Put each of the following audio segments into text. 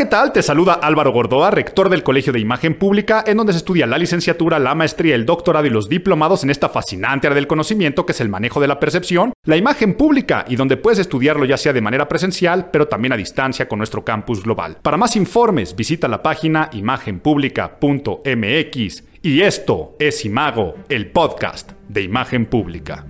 ¿qué tal? Te saluda Álvaro Gordoa, rector del Colegio de Imagen Pública, en donde se estudia la licenciatura, la maestría, el doctorado y los diplomados en esta fascinante área del conocimiento que es el manejo de la percepción, la imagen pública, y donde puedes estudiarlo ya sea de manera presencial, pero también a distancia con nuestro campus global. Para más informes, visita la página imagenpublica.mx. Y esto es Imago, el podcast de Imagen Pública.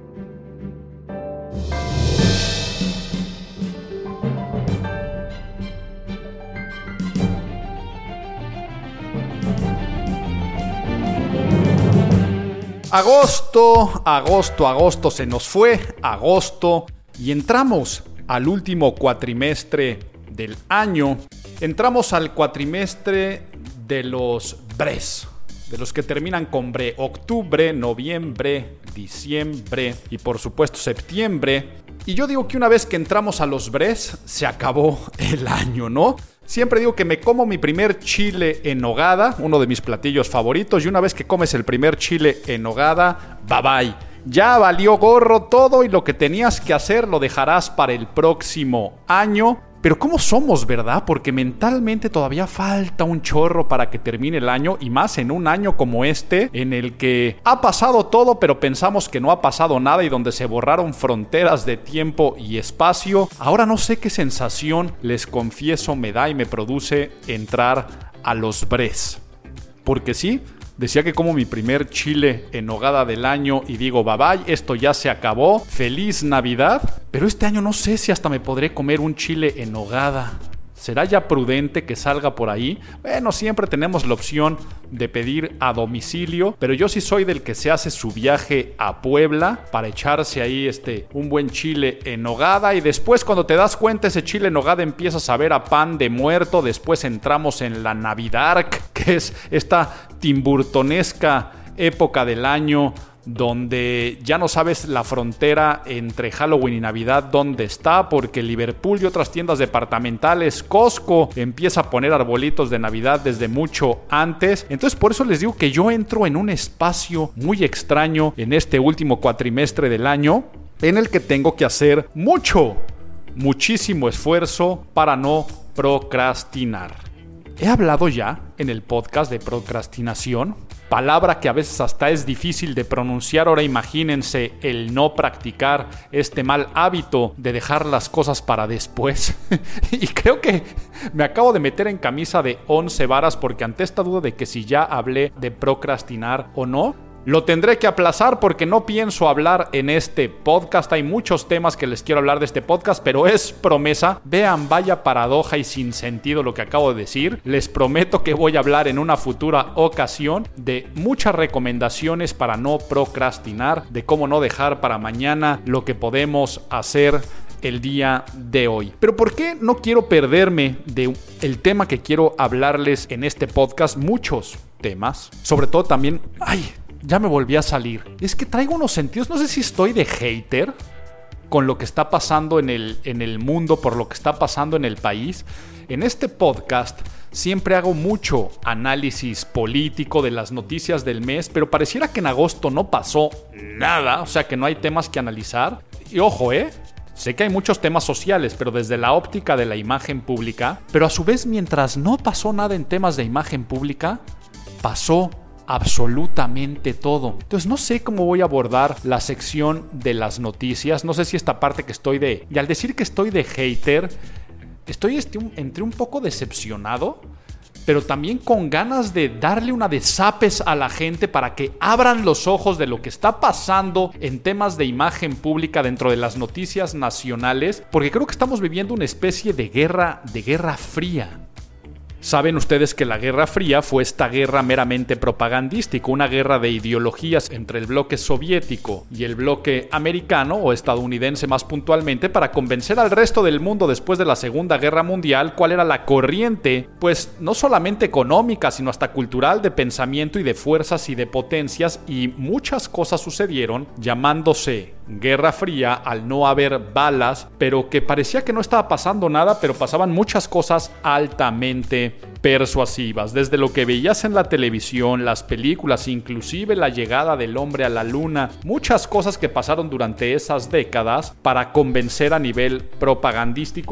Agosto, se nos fue agosto y entramos al último cuatrimestre del año. Entramos al cuatrimestre de los BRES, de los que terminan con BRE: octubre, noviembre, diciembre y por supuesto septiembre. Y yo digo que una vez que entramos a los BRES, se acabó el año, ¿no? Siempre digo que me como mi primer chile en nogada, uno de mis platillos favoritos, y una vez que comes el primer chile en nogada, bye bye. Ya valió gorro todo y lo que tenías que hacer lo dejarás para el próximo año. Pero ¿cómo somos, verdad? Porque mentalmente todavía falta un chorro para que termine el año, y más en un año como este, en el que ha pasado todo, pero pensamos que no ha pasado nada y donde se borraron fronteras de tiempo y espacio. Ahora no sé qué sensación, les confieso, me da y me produce entrar a los BRES. Porque sí, decía que como mi primer chile en nogada del año y digo, bye bye, esto ya se acabó, feliz Navidad. Pero este año no sé si hasta me podré comer un chile en nogada. ¿Será ya prudente que salga por ahí? Bueno, siempre tenemos la opción de pedir a domicilio, pero yo sí soy del que se hace su viaje a Puebla para echarse ahí un buen chile en nogada, y después cuando te das cuenta ese chile en nogada empieza a saber a pan de muerto. Después entramos en la Navidad, que es esta timburtonesca época del año donde ya no sabes la frontera entre Halloween y Navidad dónde está, porque Liverpool y otras tiendas departamentales, Costco, empieza a poner arbolitos de Navidad desde mucho antes. Entonces por eso les digo que yo entro en un espacio muy extraño en este último cuatrimestre del año, en el que tengo que hacer muchísimo esfuerzo para no procrastinar. He hablado ya en el podcast de procrastinación, palabra que a veces hasta es difícil de pronunciar. Ahora imagínense el no practicar este mal hábito de dejar las cosas para después. Y creo que me acabo de meter en camisa de 11 varas, porque ante esta duda de que si ya hablé de procrastinar o no, lo tendré que aplazar porque no pienso hablar en este podcast. Hay muchos temas que les quiero hablar de este podcast, pero es promesa. Vean, vaya paradoja y sin sentido lo que acabo de decir. Les prometo que voy a hablar en una futura ocasión de muchas recomendaciones para no procrastinar, de cómo no dejar para mañana lo que podemos hacer el día de hoy. Pero ¿por qué no quiero perderme de el tema que quiero hablarles en este podcast? Muchos temas, sobre todo también... Ya me volví a salir. Es que traigo unos sentidos, no sé si estoy de hater con lo que está pasando en el mundo, por lo que está pasando en el país. En este podcast siempre hago mucho análisis político de las noticias del mes, pero pareciera que en agosto no pasó nada, o sea que no hay temas que analizar. Y ojo, sé que hay muchos temas sociales, pero desde la óptica de la imagen pública. Pero a su vez, mientras no pasó nada en temas de imagen pública, pasó absolutamente todo. Entonces no sé cómo voy a abordar la sección de las noticias. No sé si esta parte que estoy de... Y al decir que estoy de hater, estoy entre un poco decepcionado, pero también con ganas de darle una de zapes a la gente para que abran los ojos de lo que está pasando en temas de imagen pública dentro de las noticias nacionales, porque creo que estamos viviendo una especie de guerra fría. Saben ustedes que la Guerra Fría fue esta guerra meramente propagandística, una guerra de ideologías entre el bloque soviético y el bloque americano o estadounidense más puntualmente, para convencer al resto del mundo después de la Segunda Guerra Mundial cuál era la corriente, pues no solamente económica, sino hasta cultural, de pensamiento y de fuerzas y de potencias, y muchas cosas sucedieron llamándose Guerra Fría al no haber balas, pero que parecía que no estaba pasando nada, pero pasaban muchas cosas altamente persuasivas, desde lo que veías en la televisión, las películas, inclusive la llegada del hombre a la luna, muchas cosas que pasaron durante esas décadas para convencer a nivel propagandístico,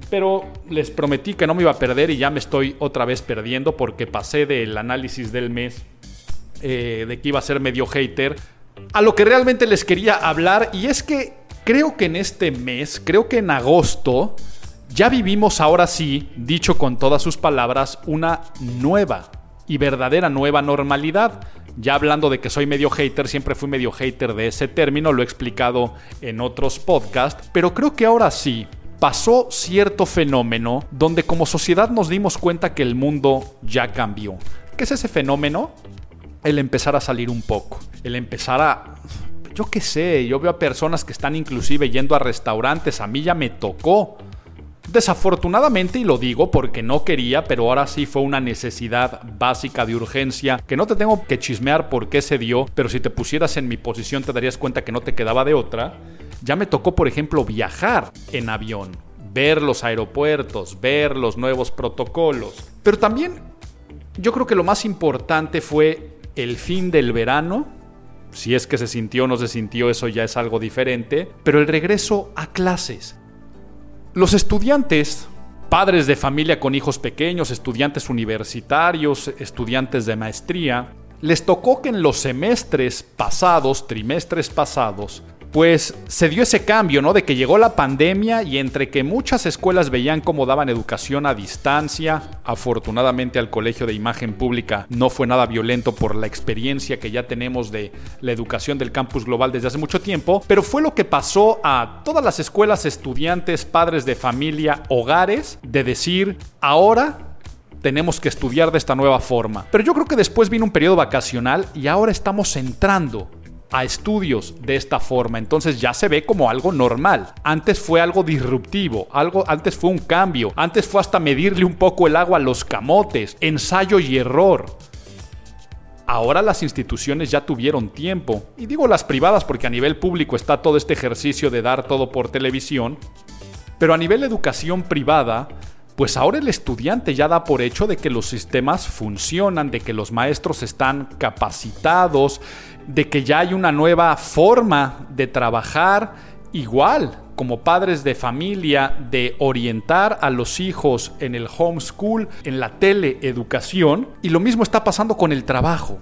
pero les prometí que no me iba a perder y ya me estoy otra vez perdiendo porque pasé del análisis del mes de que iba a ser medio hater a lo que realmente les quería hablar, y es que creo que en este mes, creo que en agosto, ya vivimos ahora sí, dicho con todas sus palabras, una nueva y verdadera nueva normalidad. Ya hablando de que soy medio hater, siempre fui medio hater de ese término, lo he explicado en otros podcasts, pero creo que ahora sí pasó cierto fenómeno donde como sociedad nos dimos cuenta que el mundo ya cambió. ¿Qué es ese fenómeno? El empezar a salir un poco, el empezar a... Yo qué sé, yo veo a personas que están inclusive yendo a restaurantes, a mí ya me tocó. Desafortunadamente, y lo digo porque no quería, pero ahora sí fue una necesidad básica de urgencia, que no te tengo que chismear por qué se dio, pero si te pusieras en mi posición te darías cuenta que no te quedaba de otra. Ya me tocó, por ejemplo, viajar en avión, ver los aeropuertos, ver los nuevos protocolos. Pero también yo creo que lo más importante fue el fin del verano. Si es que se sintió o no se sintió, eso ya es algo diferente, pero el regreso a clases. Los estudiantes, padres de familia con hijos pequeños, estudiantes universitarios, estudiantes de maestría, les tocó que en los trimestres pasados, pues se dio ese cambio, ¿no? De que llegó la pandemia y entre que muchas escuelas veían cómo daban educación a distancia, afortunadamente al Colegio de Imagen Pública no fue nada violento por la experiencia que ya tenemos de la educación del campus global desde hace mucho tiempo, pero fue lo que pasó a todas las escuelas, estudiantes, padres de familia, hogares, de decir, ahora tenemos que estudiar de esta nueva forma. Pero yo creo que después vino un periodo vacacional y ahora estamos entrando a estudios de esta forma, entonces ya se ve como algo normal. Antes fue algo disruptivo, antes fue un cambio, antes fue hasta medirle un poco el agua a los camotes, ensayo y error. Ahora las instituciones ya tuvieron tiempo, y digo las privadas porque a nivel público está todo este ejercicio de dar todo por televisión, pero a nivel educación privada, pues ahora el estudiante ya da por hecho de que los sistemas funcionan, de que los maestros están capacitados, de que ya hay una nueva forma de trabajar, igual como padres de familia, de orientar a los hijos en el homeschool, en la teleeducación, y lo mismo está pasando con el trabajo.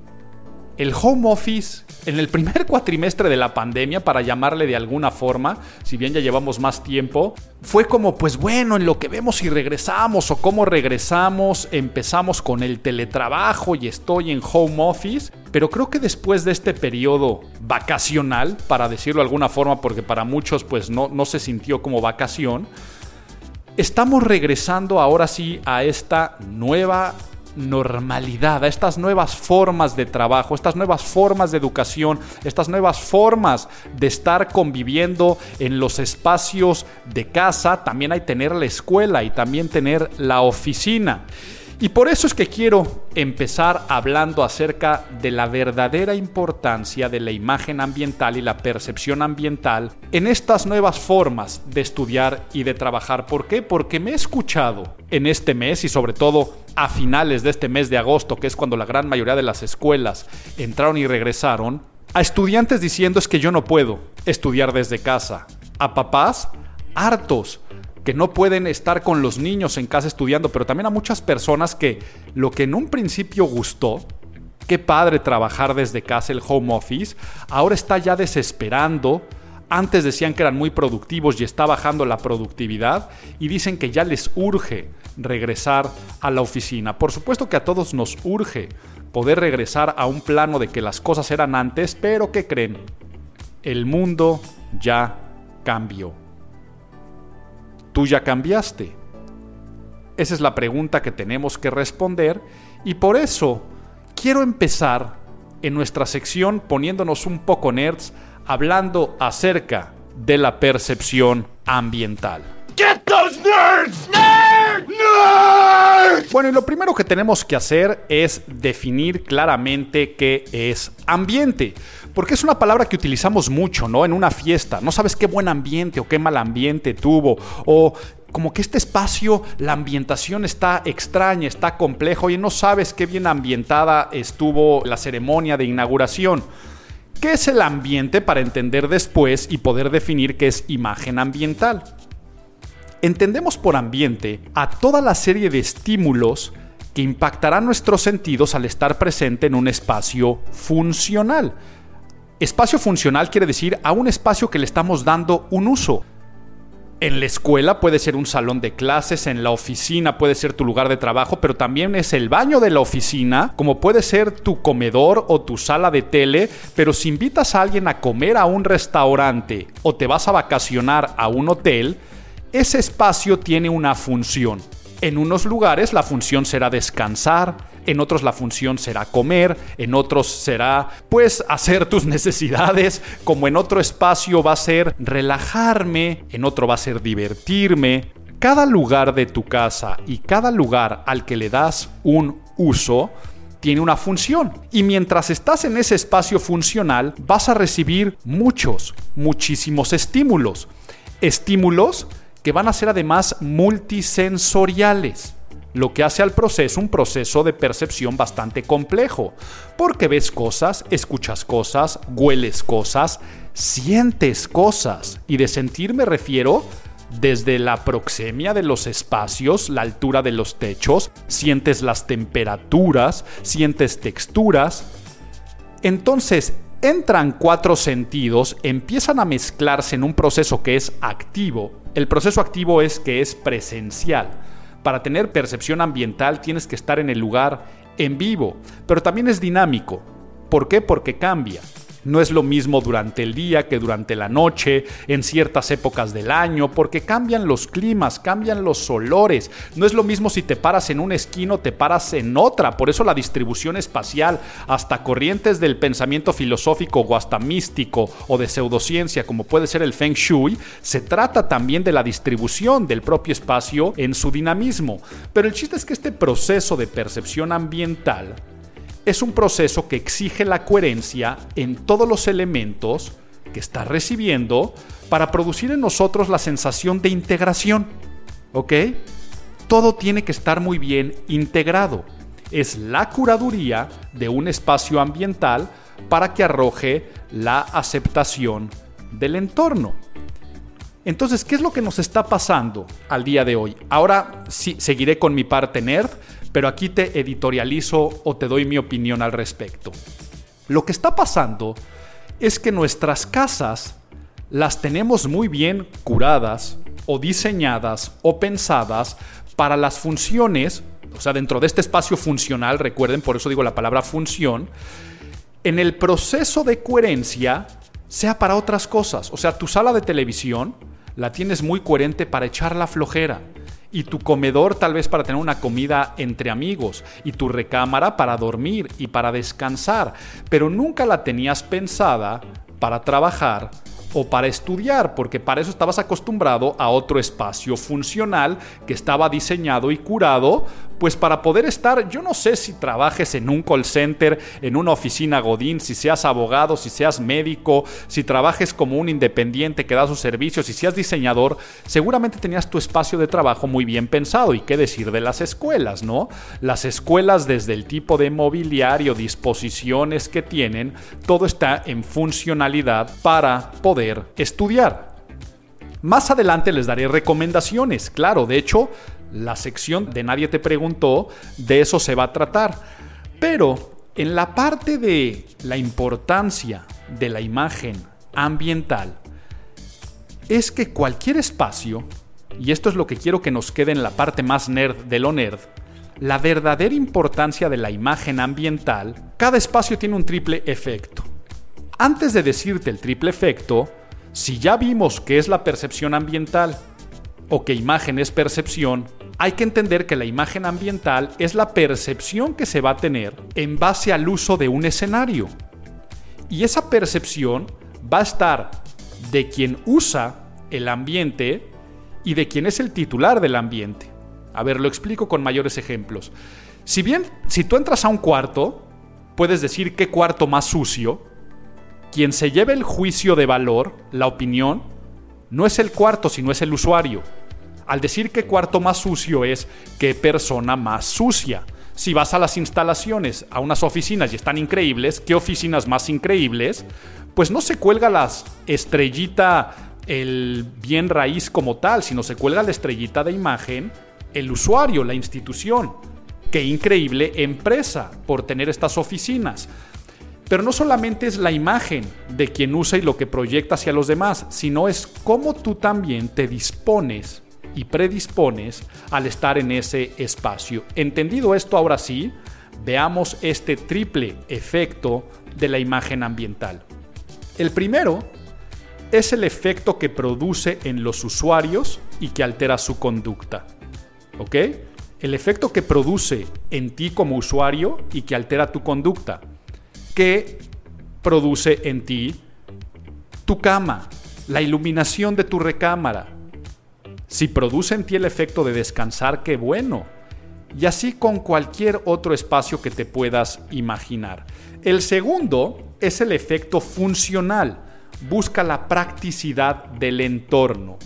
El home office, en el primer cuatrimestre de la pandemia, para llamarle de alguna forma, si bien ya llevamos más tiempo, fue como, pues bueno, en lo que vemos si regresamos o cómo regresamos, empezamos con el teletrabajo y estoy en home office, pero creo que después de este periodo vacacional, para decirlo de alguna forma, porque para muchos pues no se sintió como vacación, estamos regresando ahora sí a esta nueva normalidad, a estas nuevas formas de trabajo, estas nuevas formas de educación, estas nuevas formas de estar conviviendo en los espacios de casa. También hay tener la escuela y también tener la oficina. Y por eso es que quiero empezar hablando acerca de la verdadera importancia de la imagen ambiental y la percepción ambiental en estas nuevas formas de estudiar y de trabajar. ¿Por qué? Porque me he escuchado en este mes y sobre todo a finales de este mes de agosto, que es cuando la gran mayoría de las escuelas entraron y regresaron, a estudiantes diciendo es que yo no puedo estudiar desde casa, a papás hartos que no pueden estar con los niños en casa estudiando, pero también a muchas personas que lo que en un principio gustó, qué padre trabajar desde casa, el home office, ahora está ya desesperando. Antes decían que eran muy productivos y está bajando la productividad y dicen que ya les urge regresar a la oficina. Por supuesto que a todos nos urge poder regresar a un plano de que las cosas eran antes, pero ¿qué creen? El mundo ya cambió. ¿Tú ya cambiaste? Esa es la pregunta que tenemos que responder y por eso quiero empezar en nuestra sección poniéndonos un poco nerds, hablando acerca de la percepción ambiental. Get those nerds! Nerd! Nerd! Bueno, y lo primero que tenemos que hacer es definir claramente qué es ambiente. Porque es una palabra que utilizamos mucho, ¿no? En una fiesta. No sabes qué buen ambiente o qué mal ambiente tuvo. O como que este espacio, la ambientación está extraña, está complejo y no sabes qué bien ambientada estuvo la ceremonia de inauguración. ¿Qué es el ambiente para entender después y poder definir qué es imagen ambiental? Entendemos por ambiente a toda la serie de estímulos que impactarán nuestros sentidos al estar presente en un espacio funcional. Espacio funcional quiere decir a un espacio que le estamos dando un uso. En la escuela puede ser un salón de clases, en la oficina puede ser tu lugar de trabajo, pero también es el baño de la oficina, como puede ser tu comedor o tu sala de tele. Pero si invitas a alguien a comer a un restaurante o te vas a vacacionar a un hotel, ese espacio tiene una función. En unos lugares la función será descansar, en otros la función será comer, en otros será hacer tus necesidades, como en otro espacio va a ser relajarme, en otro va a ser divertirme. Cada lugar de tu casa y cada lugar al que le das un uso tiene una función. Y mientras estás en ese espacio funcional vas a recibir muchísimos estímulos. Estímulos que van a ser además multisensoriales, lo que hace al proceso un proceso de percepción bastante complejo, porque ves cosas, escuchas cosas, hueles cosas, sientes cosas. Y de sentir me refiero desde la proxemia de los espacios, la altura de los techos, sientes las temperaturas, sientes texturas. Entonces, entran 4 sentidos, empiezan a mezclarse en un proceso que es activo. El proceso activo es que es presencial. Para tener percepción ambiental tienes que estar en el lugar en vivo, pero también es dinámico. ¿Por qué? Porque cambia. No es lo mismo durante el día que durante la noche, en ciertas épocas del año, porque cambian los climas, cambian los olores. No es lo mismo si te paras en una esquina o te paras en otra. Por eso la distribución espacial, hasta corrientes del pensamiento filosófico o hasta místico o de pseudociencia, como puede ser el Feng Shui, se trata también de la distribución del propio espacio en su dinamismo. Pero el chiste es que este proceso de percepción ambiental es un proceso que exige la coherencia en todos los elementos que estás recibiendo para producir en nosotros la sensación de integración. ¿Ok? Todo tiene que estar muy bien integrado. Es la curaduría de un espacio ambiental para que arroje la aceptación del entorno. Entonces, ¿qué es lo que nos está pasando al día de hoy? Ahora sí, seguiré con mi parte nerd, pero aquí te editorializo o te doy mi opinión al respecto. Lo que está pasando es que nuestras casas las tenemos muy bien curadas o diseñadas o pensadas para las funciones, o sea, dentro de este espacio funcional, recuerden, por eso digo la palabra función, en el proceso de coherencia sea para otras cosas. O sea, tu sala de televisión la tienes muy coherente para echar la flojera, y tu comedor tal vez para tener una comida entre amigos, y tu recámara para dormir y para descansar, pero nunca la tenías pensada para trabajar o para estudiar, porque para eso estabas acostumbrado a otro espacio funcional que estaba diseñado y curado, pues para poder estar, yo no sé si trabajes en un call center, en una oficina godín, si seas abogado, si seas médico, si trabajes como un independiente que da sus servicios, si seas diseñador, seguramente tenías tu espacio de trabajo muy bien pensado. Y qué decir de las escuelas, ¿no? Las escuelas, desde el tipo de mobiliario, disposiciones que tienen, todo está en funcionalidad para poder estudiar. Más adelante les daré recomendaciones, claro, de hecho, la sección de Nadie te preguntó, de eso se va a tratar. Pero en la parte de la importancia de la imagen ambiental, es que cualquier espacio, y esto es lo que quiero que nos quede en la parte más nerd de lo nerd, la verdadera importancia de la imagen ambiental, cada espacio tiene un triple efecto. Antes de decirte el triple efecto, si ya vimos qué es la percepción ambiental o que imagen es percepción, hay que entender que la imagen ambiental es la percepción que se va a tener en base al uso de un escenario. Y esa percepción va a estar de quien usa el ambiente y de quien es el titular del ambiente. A ver, lo explico con mayores ejemplos. Si tú entras a un cuarto, puedes decir qué cuarto más sucio. Quien se lleva el juicio de valor, la opinión, no es el cuarto, sino es el usuario. Al decir qué cuarto más sucio es qué persona más sucia. Si vas a las instalaciones, a unas oficinas y están increíbles, ¿qué oficinas más increíbles? Pues no se cuelga las estrellita el bien raíz como tal, sino se cuelga la estrellita de imagen el usuario, la institución. Qué increíble empresa por tener estas oficinas. Pero no solamente es la imagen de quien usa y lo que proyecta hacia los demás, sino es cómo tú también te dispones y predispones al estar en ese espacio. Entendido esto, ahora sí, veamos este triple efecto de la imagen ambiental. El primero es el efecto que produce en los usuarios y que altera su conducta. ¿Ok? El efecto que produce en ti como usuario y que altera tu conducta. ¿Qué produce en ti tu cama? La iluminación de tu recámara. Si produce en ti el efecto de descansar, qué bueno. Y así con cualquier otro espacio que te puedas imaginar. El segundo es el efecto funcional. Busca la practicidad del entorno.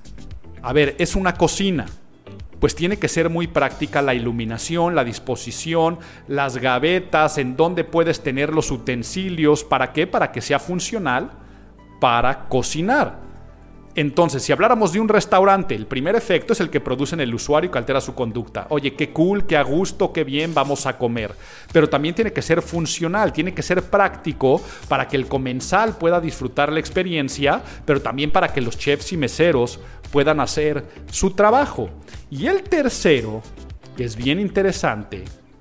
A ver, es una cocina. Pues tiene que ser muy práctica la iluminación, la disposición, las gavetas, en donde puedes tener los utensilios. ¿Para qué? Para que sea funcional para cocinar. Entonces, si habláramos de un restaurante, el primer efecto es el que produce en el usuario que altera su conducta. Oye, qué cool, qué a gusto, qué bien, vamos a comer. Pero también tiene que ser funcional, tiene que ser práctico para que el comensal pueda disfrutar la experiencia, pero también para que los chefs y meseros puedan hacer su trabajo. Y el tercero, que es bien interesante,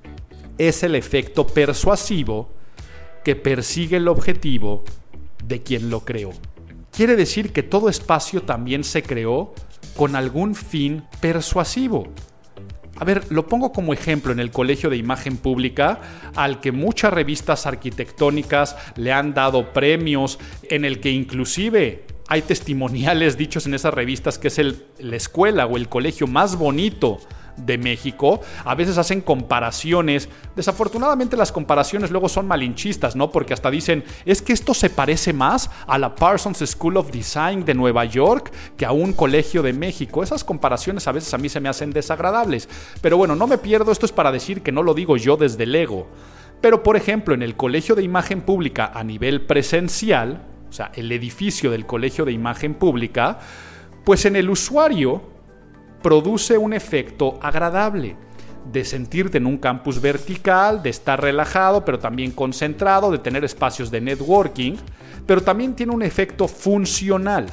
es el efecto persuasivo que persigue el objetivo de quien lo creó. Quiere decir que todo espacio también se creó con algún fin persuasivo. A ver, lo pongo como ejemplo en el Colegio de Imagen Pública, al que muchas revistas arquitectónicas le han dado premios, en el que inclusive hay testimoniales dichos en esas revistas que es la escuela o el colegio más bonito de México. A veces hacen comparaciones. Desafortunadamente las comparaciones luego son malinchistas, ¿no? Porque hasta dicen, es que esto se parece más a la Parsons School of Design de Nueva York que a un colegio de México. Esas comparaciones a veces a mí se me hacen desagradables. Pero bueno, no me pierdo, esto es para decir que no lo digo yo desde el ego. Pero por ejemplo, en el Colegio de Imagen Pública a nivel presencial, o sea, el edificio del Colegio de Imagen Pública, pues en el usuario produce un efecto agradable de sentirte en un campus vertical, de estar relajado, pero también concentrado, de tener espacios de networking, pero también tiene un efecto funcional.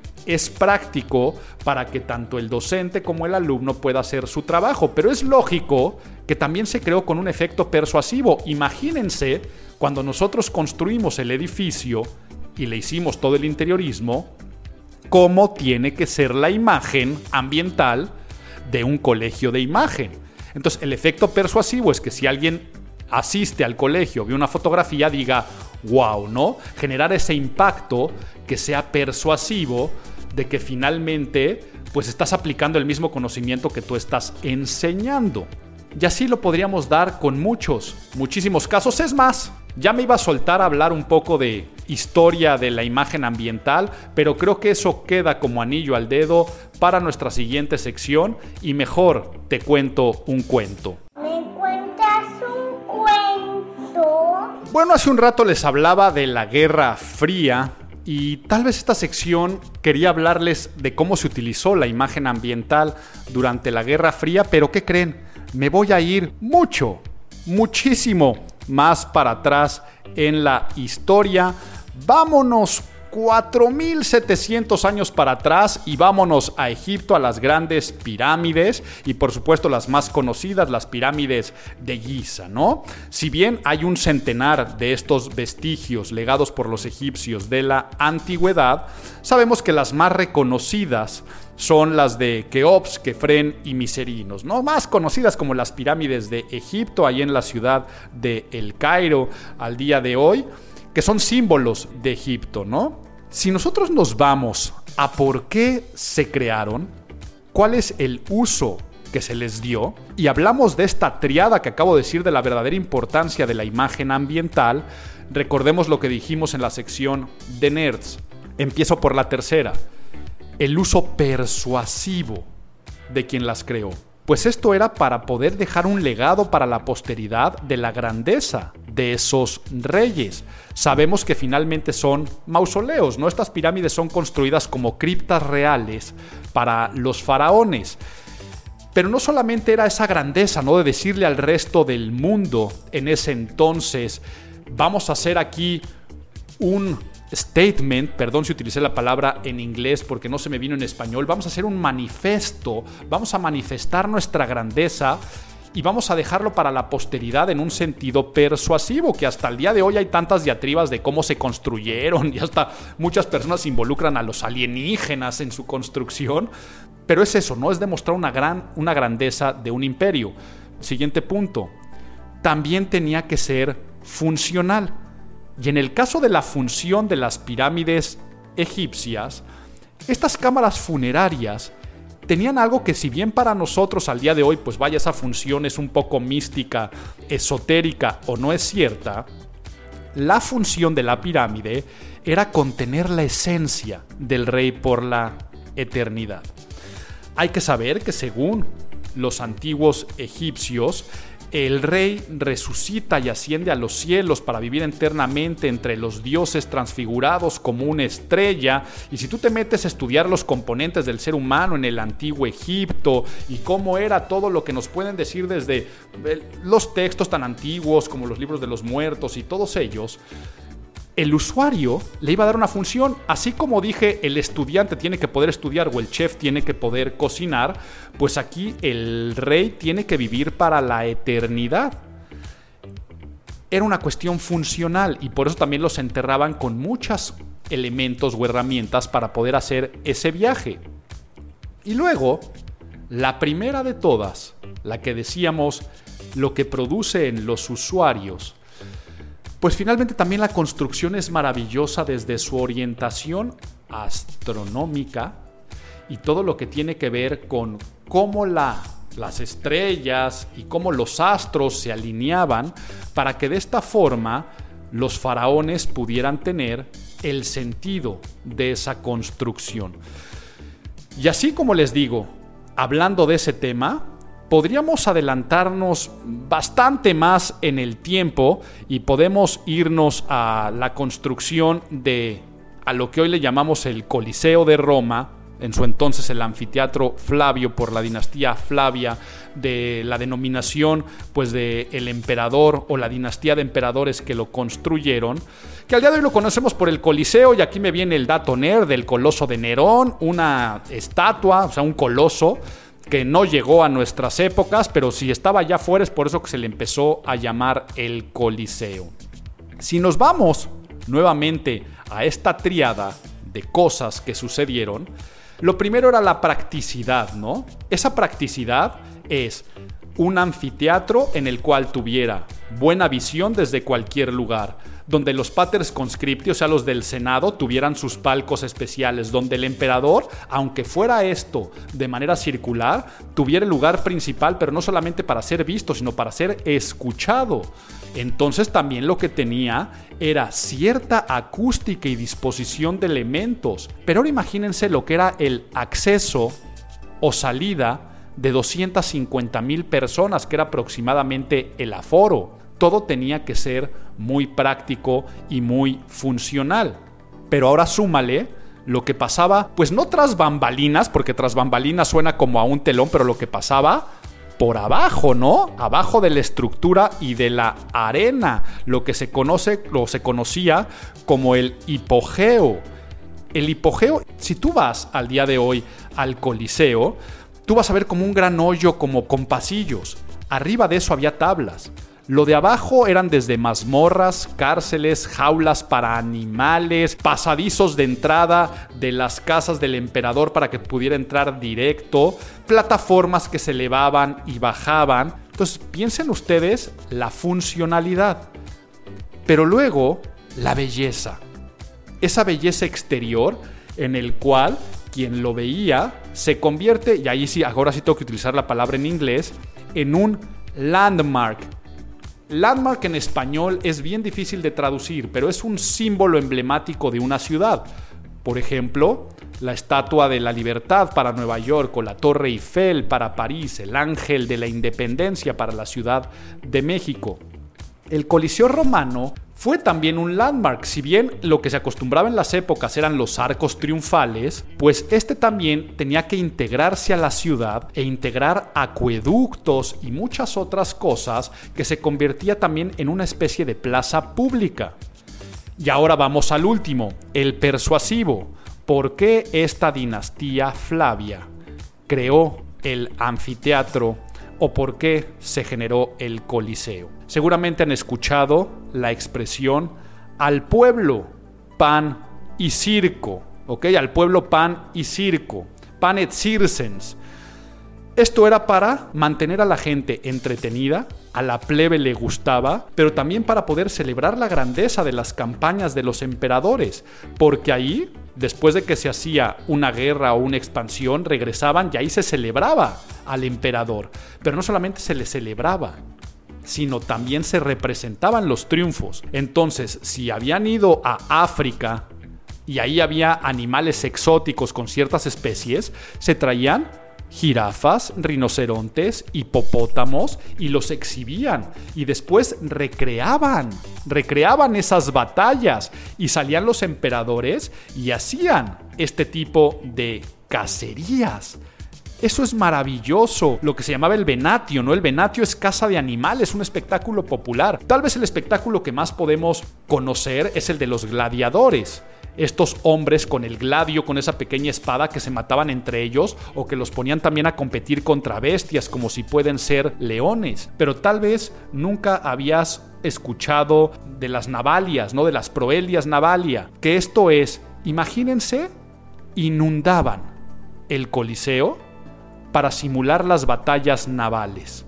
Es práctico para que tanto el docente como el alumno pueda hacer su trabajo, pero es lógico que también se creó con un efecto persuasivo. Imagínense cuando nosotros construimos el edificio y le hicimos todo el interiorismo, cómo tiene que ser la imagen ambiental de un colegio de imagen. Entonces, el efecto persuasivo es que si alguien asiste al colegio, ve una fotografía, diga, wow, ¿no? Generar ese impacto que sea persuasivo de que finalmente pues estás aplicando el mismo conocimiento que tú estás enseñando. Y así lo podríamos dar con muchísimos casos. Es más, ya me iba a soltar a hablar un poco de historia de la imagen ambiental, pero creo que eso queda como anillo al dedo para nuestra siguiente sección y mejor te cuento un cuento. ¿Me cuentas un cuento? Bueno, hace un rato les hablaba de la Guerra Fría y tal vez esta sección quería hablarles de cómo se utilizó la imagen ambiental durante la Guerra Fría, pero ¿qué creen? Me voy a ir muchísimo más para atrás en la historia. Vámonos 4.700 años para atrás y vámonos a Egipto, a las grandes pirámides y por supuesto las más conocidas, las pirámides de Giza, ¿no? Si bien hay un centenar de estos vestigios legados por los egipcios de la antigüedad, sabemos que las más reconocidas son las de Keops, Kefren y Miserinos, ¿no? Más conocidas como las pirámides de Egipto, ahí en la ciudad de El Cairo al día de hoy, que son símbolos de Egipto, ¿no? Si nosotros nos vamos a por qué se crearon, cuál es el uso que se les dio, y hablamos de esta triada que acabo de decir de la verdadera importancia de la imagen ambiental, recordemos lo que dijimos en la sección de Nerds. Empiezo por la tercera. El uso persuasivo de quien las creó. Pues esto era para poder dejar un legado para la posteridad de la grandeza de esos reyes. Sabemos que finalmente son mausoleos, ¿no? Estas pirámides son construidas como criptas reales para los faraones. Pero no solamente era esa grandeza, ¿no?, de decirle al resto del mundo en ese entonces, vamos a hacer aquí un statement, perdón si utilicé la palabra en inglés porque no se me vino en español, vamos a hacer un manifiesto, vamos a manifestar nuestra grandeza y vamos a dejarlo para la posteridad en un sentido persuasivo, que hasta el día de hoy hay tantas diatribas de cómo se construyeron y hasta muchas personas involucran a los alienígenas en su construcción, pero es eso, ¿no? Es demostrar una grandeza de un imperio. Siguiente punto, también tenía que ser funcional. Y en el caso de la función de las pirámides egipcias, estas cámaras funerarias tenían algo que, si bien para nosotros al día de hoy, pues vaya, esa función es un poco mística, esotérica o no es cierta, la función de la pirámide era contener la esencia del rey por la eternidad. Hay que saber que según los antiguos egipcios, el rey resucita y asciende a los cielos para vivir eternamente entre los dioses transfigurados como una estrella. Y si tú te metes a estudiar los componentes del ser humano en el antiguo Egipto y cómo era todo lo que nos pueden decir desde los textos tan antiguos como los libros de los muertos y todos ellos, el usuario le iba a dar una función, así como dije, el estudiante tiene que poder estudiar o el chef tiene que poder cocinar, pues aquí el rey tiene que vivir para la eternidad. Era una cuestión funcional y por eso también los enterraban con muchos elementos o herramientas para poder hacer ese viaje. Y luego, la primera de todas, la que decíamos, lo que produce en los usuarios, pues finalmente también la construcción es maravillosa desde su orientación astronómica y todo lo que tiene que ver con cómo las estrellas y cómo los astros se alineaban para que de esta forma los faraones pudieran tener el sentido de esa construcción. Y así como les digo, hablando de ese tema, podríamos adelantarnos bastante más en el tiempo y podemos irnos a la construcción a lo que hoy le llamamos el Coliseo de Roma, en su entonces el anfiteatro Flavio por la dinastía Flavia, de la denominación pues de el emperador o la dinastía de emperadores que lo construyeron, que al día de hoy lo conocemos por el Coliseo. Y aquí me viene el dato nerd del coloso de Nerón, una estatua, o sea, un coloso que no llegó a nuestras épocas, pero si estaba allá afuera es por eso que se le empezó a llamar el Coliseo. Si nos vamos nuevamente a esta tríada de cosas que sucedieron, lo primero era la practicidad, ¿no? Esa practicidad es un anfiteatro en el cual tuviera buena visión desde cualquier lugar, donde los patres conscripti, o sea, los del Senado, tuvieran sus palcos especiales, donde el emperador, aunque fuera esto de manera circular, tuviera el lugar principal, pero no solamente para ser visto, sino para ser escuchado. Entonces también lo que tenía era cierta acústica y disposición de elementos. Pero ahora imagínense lo que era el acceso o salida de 250,000 personas, que era aproximadamente el aforo. Todo tenía que ser muy práctico y muy funcional. Pero ahora súmale lo que pasaba, pues no tras bambalinas, porque tras bambalinas suena como a un telón, pero lo que pasaba por abajo, ¿no? Abajo de la estructura y de la arena, lo que se conocía como el hipogeo. El hipogeo, si tú vas al día de hoy al Coliseo, tú vas a ver como un gran hoyo, como con pasillos. Arriba de eso había tablas. Lo de abajo eran desde mazmorras, cárceles, jaulas para animales, pasadizos de entrada de las casas del emperador para que pudiera entrar directo, plataformas que se elevaban y bajaban. Entonces piensen ustedes la funcionalidad, pero luego la belleza. Esa belleza exterior en el cual quien lo veía se convierte, y ahí sí, ahora sí tengo que utilizar la palabra en inglés, en un landmark. Landmark en español es bien difícil de traducir, pero es un símbolo emblemático de una ciudad. Por ejemplo, la Estatua de la Libertad para Nueva York o la Torre Eiffel para París, el Ángel de la Independencia para la Ciudad de México. El Coliseo Romano fue también un landmark. Si bien lo que se acostumbraba en las épocas eran los arcos triunfales, pues este también tenía que integrarse a la ciudad e integrar acueductos y muchas otras cosas, que se convertía también en una especie de plaza pública. Y ahora vamos al último, el persuasivo. ¿Por qué esta dinastía Flavia creó el anfiteatro o por qué se generó el Coliseo? Seguramente han escuchado la expresión al pueblo pan y circo, ¿ok? Al pueblo pan y circo, pan et circens. Esto era para mantener a la gente entretenida, a la plebe le gustaba, pero también para poder celebrar la grandeza de las campañas de los emperadores, porque ahí, después de que se hacía una guerra o una expansión, regresaban y ahí se celebraba al emperador. Pero no solamente se le celebraba, sino también se representaban los triunfos. Entonces, si habían ido a África y ahí había animales exóticos con ciertas especies, se traían jirafas, rinocerontes, hipopótamos y los exhibían y después recreaban esas batallas y salían los emperadores y hacían este tipo de cacerías. Eso es maravilloso, lo que se llamaba el venatio, ¿no? El venatio es caza de animales, un espectáculo popular. Tal vez el espectáculo que más podemos conocer es el de los gladiadores. Estos hombres con el gladio, con esa pequeña espada que se mataban entre ellos o que los ponían también a competir contra bestias como si pueden ser leones. Pero tal vez nunca habías escuchado de las navalias, ¿no? De las proelias navalia. Que esto es, imagínense, inundaban el Coliseo para simular las batallas navales.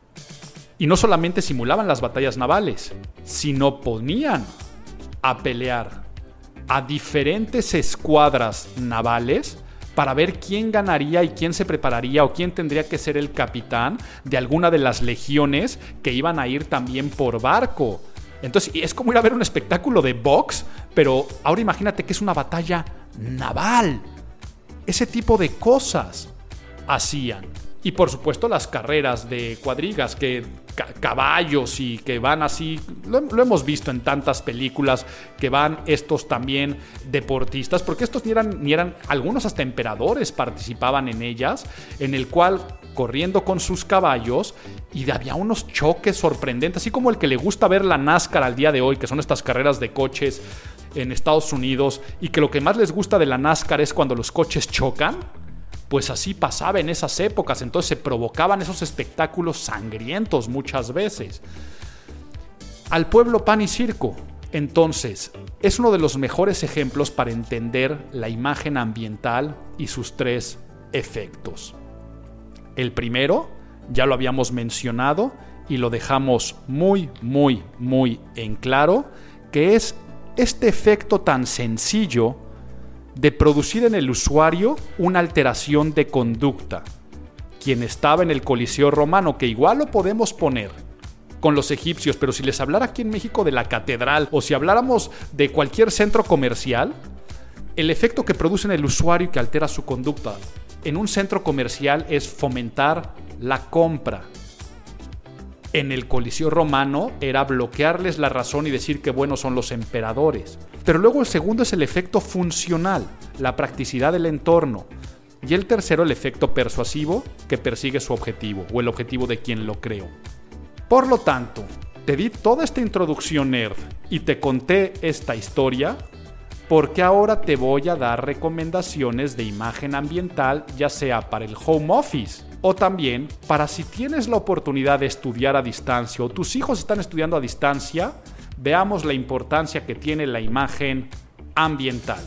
Y no solamente simulaban las batallas navales, sino ponían a pelear a diferentes escuadras navales para ver quién ganaría y quién se prepararía o quién tendría que ser el capitán de alguna de las legiones que iban a ir también por barco. Entonces es como ir a ver un espectáculo de box, pero ahora imagínate que es una batalla naval. Ese tipo de cosas hacían. Y por supuesto las carreras de cuadrigas, que caballos y que van así, lo hemos visto en tantas películas, que van estos también deportistas, porque estos ni eran, algunos hasta emperadores participaban en ellas, en el cual corriendo con sus caballos y había unos choques sorprendentes, así como el que le gusta ver la NASCAR al día de hoy, que son estas carreras de coches en Estados Unidos, y que lo que más les gusta de la NASCAR es cuando los coches chocan. Pues así pasaba en esas épocas, entonces se provocaban esos espectáculos sangrientos muchas veces. Al pueblo pan y circo, entonces, es uno de los mejores ejemplos para entender la imagen ambiental y sus tres efectos. El primero, ya lo habíamos mencionado y lo dejamos muy en claro, que es este efecto tan sencillo de producir en el usuario una alteración de conducta. Quien estaba en el Coliseo Romano, que igual lo podemos poner con los egipcios, pero si les hablara aquí en México de la catedral o si habláramos de cualquier centro comercial, el efecto que produce en el usuario y que altera su conducta en un centro comercial es fomentar la compra. En el Coliseo Romano era bloquearles la razón y decir que buenos son los emperadores. Pero luego el segundo es el efecto funcional, la practicidad del entorno. Y el tercero, el efecto persuasivo, que persigue su objetivo, o el objetivo de quien lo creó. Por lo tanto, te di toda esta introducción nerd y te conté esta historia porque ahora te voy a dar recomendaciones de imagen ambiental, ya sea para el home office o también para si tienes la oportunidad de estudiar a distancia o tus hijos están estudiando a distancia, veamos la importancia que tiene la imagen ambiental.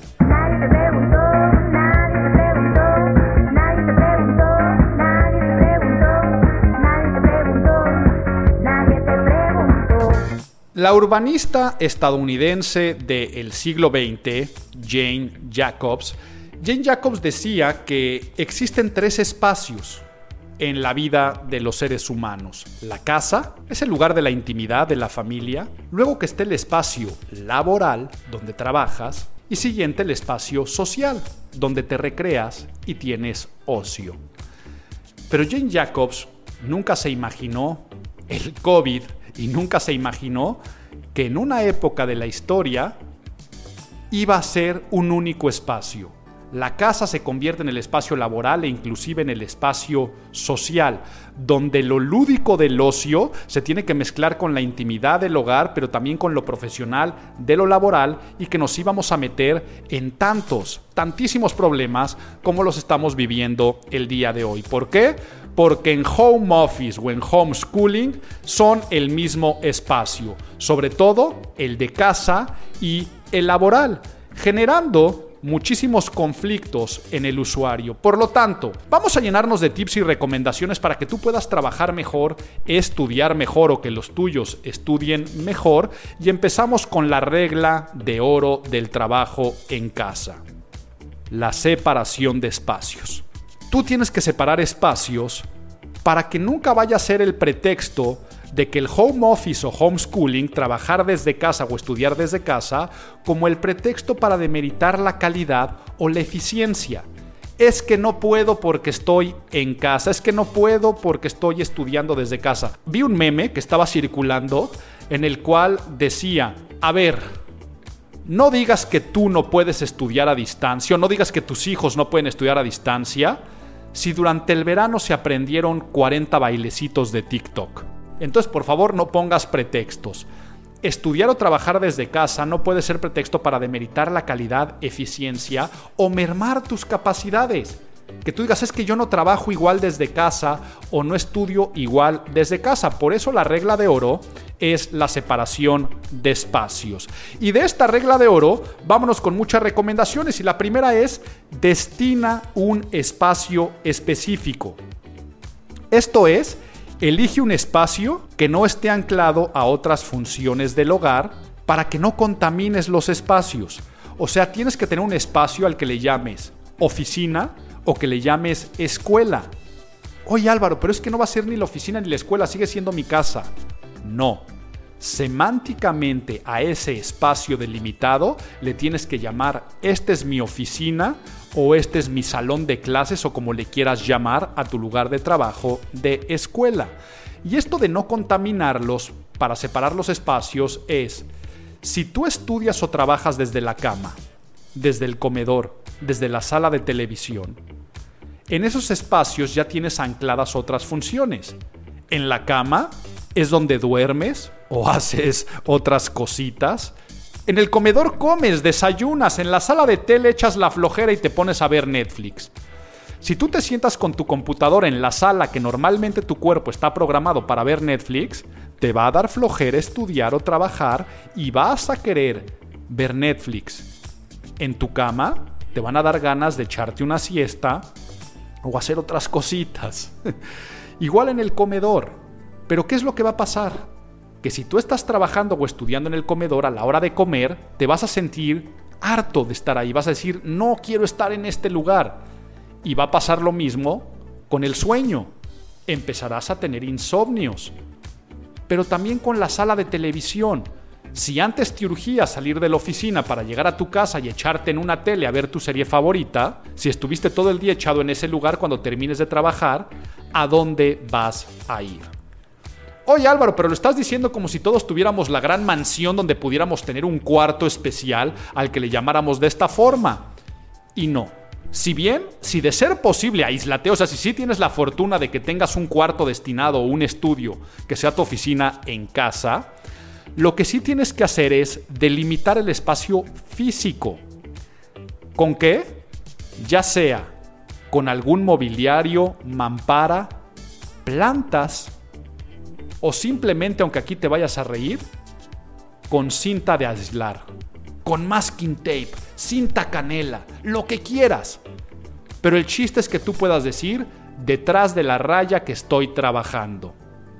La urbanista estadounidense del siglo XX, Jane Jacobs decía que existen tres espacios en la vida de los seres humanos. La casa es el lugar de la intimidad de la familia, luego que esté el espacio laboral, donde trabajas, Y siguiente, el espacio social, donde te recreas y tienes ocio. Pero Jane Jacobs nunca se imaginó el COVID y nunca se imaginó que en una época de la historia iba a ser un único espacio. La casa se convierte en el espacio laboral e inclusive en el espacio social, donde lo lúdico del ocio se tiene que mezclar con la intimidad del hogar, pero también con lo profesional de lo laboral, y que nos íbamos a meter en tantísimos problemas como los estamos viviendo el día de hoy. ¿Por qué? Porque en home office o en homeschooling son el mismo espacio, sobre todo el de casa y el laboral, generando muchísimos conflictos en el usuario. Por lo tanto, vamos a llenarnos de tips y recomendaciones para que tú puedas trabajar mejor, estudiar mejor o que los tuyos estudien mejor, y empezamos con la regla de oro del trabajo en casa: la separación de espacios. Tú tienes que separar espacios para que nunca vaya a ser el pretexto de que el home office o homeschooling, trabajar desde casa o estudiar desde casa, como el pretexto para demeritar la calidad o la eficiencia. Es que no puedo porque estoy en casa, es que no puedo porque estoy estudiando desde casa. Vi un meme que estaba circulando en el cual decía: a ver, no digas que tú no puedes estudiar a distancia, o no digas que tus hijos no pueden estudiar a distancia, si durante el verano se aprendieron 40 bailecitos de TikTok. Entonces, por favor, no pongas pretextos. Estudiar o trabajar desde casa no puede ser pretexto para demeritar la calidad, eficiencia o mermar tus capacidades. Que tú digas: es que yo no trabajo igual desde casa o no estudio igual desde casa. Por eso la regla de oro es la separación de espacios. Y de esta regla de oro, vámonos con muchas recomendaciones. Y la primera es: destina un espacio específico. Esto es, elige un espacio que no esté anclado a otras funciones del hogar para que no contamines los espacios. O sea, tienes que tener un espacio al que le llames oficina o que le llames escuela. Oye, Álvaro, pero es que no va a ser ni la oficina ni la escuela, sigue siendo mi casa. No. Semánticamente a ese espacio delimitado le tienes que llamar: esta es mi oficina, o este es mi salón de clases, o como le quieras llamar a tu lugar de trabajo de escuela. Y esto de no contaminarlos para separar los espacios es: si tú estudias o trabajas desde la cama, desde el comedor, desde la sala de televisión, en esos espacios ya tienes ancladas otras funciones. En la cama es donde duermes o haces otras cositas. En el comedor comes, desayunas. En la sala de tele echas la flojera y te pones a ver Netflix. Si tú te sientas con tu computadora en la sala que normalmente tu cuerpo está programado para ver Netflix, te va a dar flojera estudiar o trabajar y vas a querer ver Netflix. En tu cama te van a dar ganas de echarte una siesta o hacer otras cositas. Igual en el comedor. Pero ¿qué es lo que va a pasar? Que si tú estás trabajando o estudiando en el comedor, a la hora de comer, te vas a sentir harto de estar ahí. Vas a decir: no quiero estar en este lugar. Y va a pasar lo mismo con el sueño. Empezarás a tener insomnios. Pero también con la sala de televisión. Si antes te urgía salir de la oficina para llegar a tu casa y echarte en una tele a ver tu serie favorita, si estuviste todo el día echado en ese lugar cuando termines de trabajar, ¿a dónde vas a ir? Oye, Álvaro, pero lo estás diciendo como si todos tuviéramos la gran mansión donde pudiéramos tener un cuarto especial al que le llamáramos de esta forma. Y no. Si bien, si de ser posible, aíslate, o sea, si sí tienes la fortuna de que tengas un cuarto destinado o un estudio que sea tu oficina en casa, lo que sí tienes que hacer es delimitar el espacio físico. ¿Con qué? Ya sea con algún mobiliario, mampara, plantas, o simplemente, aunque aquí te vayas a reír, con cinta de aislar, con masking tape, cinta canela, lo que quieras. Pero el chiste es que tú puedas decir: detrás de la raya que estoy trabajando.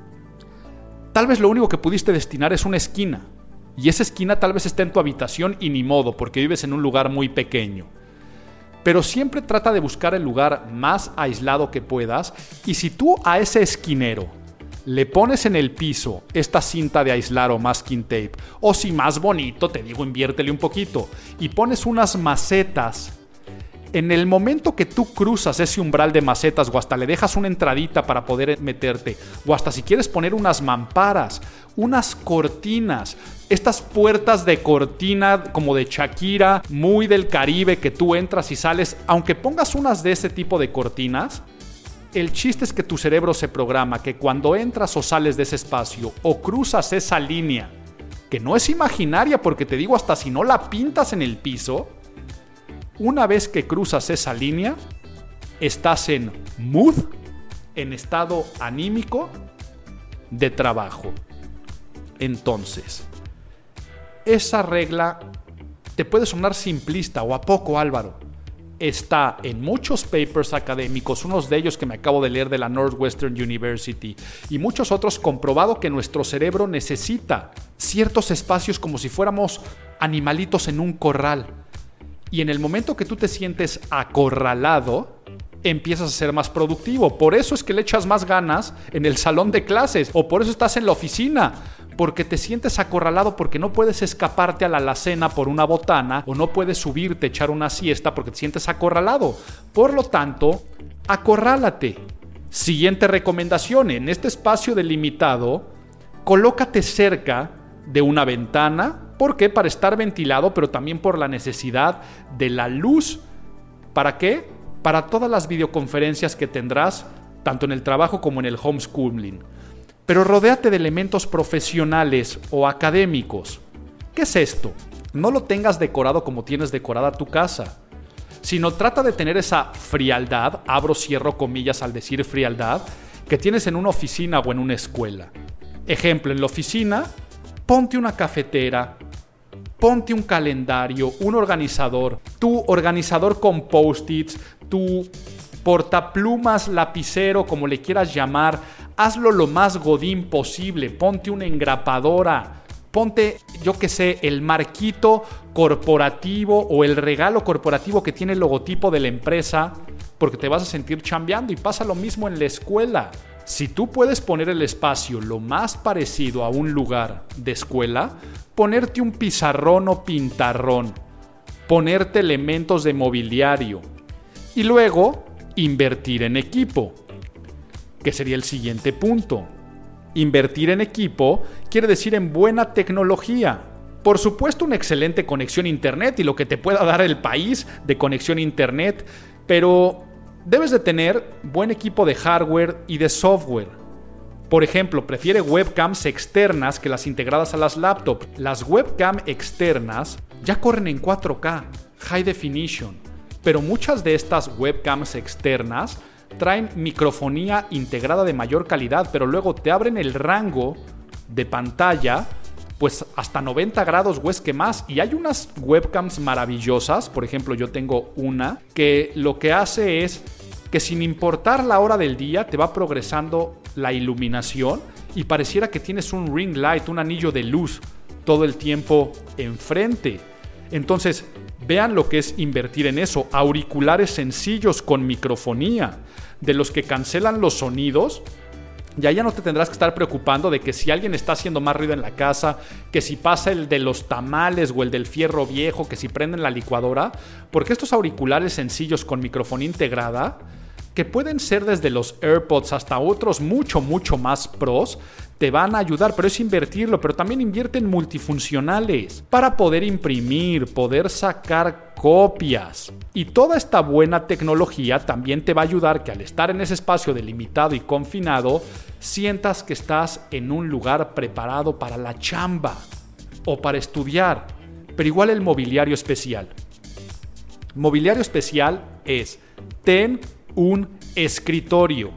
Tal vez lo único que pudiste destinar es una esquina, y esa esquina tal vez esté en tu habitación y ni modo, porque vives en un lugar muy pequeño. Pero siempre trata de buscar el lugar más aislado que puedas, y si tú a ese esquinero le pones en el piso esta cinta de aislar o masking tape, o si más bonito, te digo, inviértele un poquito, y pones unas macetas. En el momento que tú cruzas ese umbral de macetas o hasta le dejas una entradita para poder meterte, o hasta si quieres poner unas mamparas, unas cortinas, estas puertas de cortina como de Shakira, muy del Caribe, que tú entras y sales, aunque pongas unas de ese tipo de cortinas, el chiste es que tu cerebro se programa que cuando entras o sales de ese espacio o cruzas esa línea, que no es imaginaria porque te digo, hasta si no la pintas en el piso, una vez que cruzas esa línea, estás en mood, en estado anímico de trabajo. Entonces, esa regla te puede sonar simplista, ¿o a poco, Álvaro? Está en muchos papers académicos, unos de ellos que me acabo de leer de la Northwestern University, y muchos otros comprobado que nuestro cerebro necesita ciertos espacios como si fuéramos animalitos en un corral. Y en el momento que tú te sientes acorralado, empiezas a ser más productivo. Por eso es que le echas más ganas en el salón de clases, o por eso estás en la oficina, porque te sientes acorralado, porque no puedes escaparte a la alacena por una botana, o no puedes subirte, echar una siesta porque te sientes acorralado. Por lo tanto, acorrálate. Siguiente recomendación: en este espacio delimitado, colócate cerca de una ventana. ¿Por qué? Para estar ventilado, pero también por la necesidad de la luz. ¿Para qué? Para todas las videoconferencias que tendrás, tanto en el trabajo como en el homeschooling. Pero rodéate de elementos profesionales o académicos. ¿Qué es esto? No lo tengas decorado como tienes decorada tu casa, sino trata de tener esa frialdad, abro, cierro comillas al decir frialdad, que tienes en una oficina o en una escuela. Ejemplo, en la oficina, ponte una cafetera, ponte un calendario, un organizador, tu organizador con post-its, tu portaplumas, lapicero, como le quieras llamar, hazlo lo más godín posible, ponte una engrapadora, ponte, yo qué sé, el marquito corporativo o el regalo corporativo que tiene el logotipo de la empresa, porque te vas a sentir chambeando. Y pasa lo mismo en la escuela. Si tú puedes poner el espacio lo más parecido a un lugar de escuela, ponerte un pizarrón o pintarrón, ponerte elementos de mobiliario y luego invertir en equipo, que sería el siguiente punto. Invertir en equipo quiere decir en buena tecnología. Por supuesto, una excelente conexión a internet y lo que te pueda dar el país de conexión a internet, pero debes de tener buen equipo de hardware y de software. Por ejemplo, prefiere webcams externas que las integradas a las laptops. Las webcam externas ya corren en 4K, High Definition, pero muchas de estas webcams externas traen microfonía integrada de mayor calidad, pero luego te abren el rango de pantalla pues hasta 90 grados o es que más. Y hay unas webcams maravillosas, por ejemplo yo tengo una que lo que hace es que sin importar la hora del día te va progresando la iluminación y pareciera que tienes un ring light, un anillo de luz todo el tiempo enfrente. Entonces vean lo que es invertir en eso. Auriculares sencillos con microfonía, de los que cancelan los sonidos. Ya no te tendrás que estar preocupando de que si alguien está haciendo más ruido en la casa, que si pasa el de los tamales o el del fierro viejo, que si prenden la licuadora, porque estos auriculares sencillos con microfonía integrada, que pueden ser desde los AirPods hasta otros mucho más pros, te van a ayudar, pero es invertirlo. Pero también invierte en multifuncionales para poder imprimir, poder sacar copias. Y toda esta buena tecnología también te va a ayudar que al estar en ese espacio delimitado y confinado, sientas que estás en un lugar preparado para la chamba o para estudiar. Pero igual el mobiliario especial. Mobiliario especial es: ten un escritorio.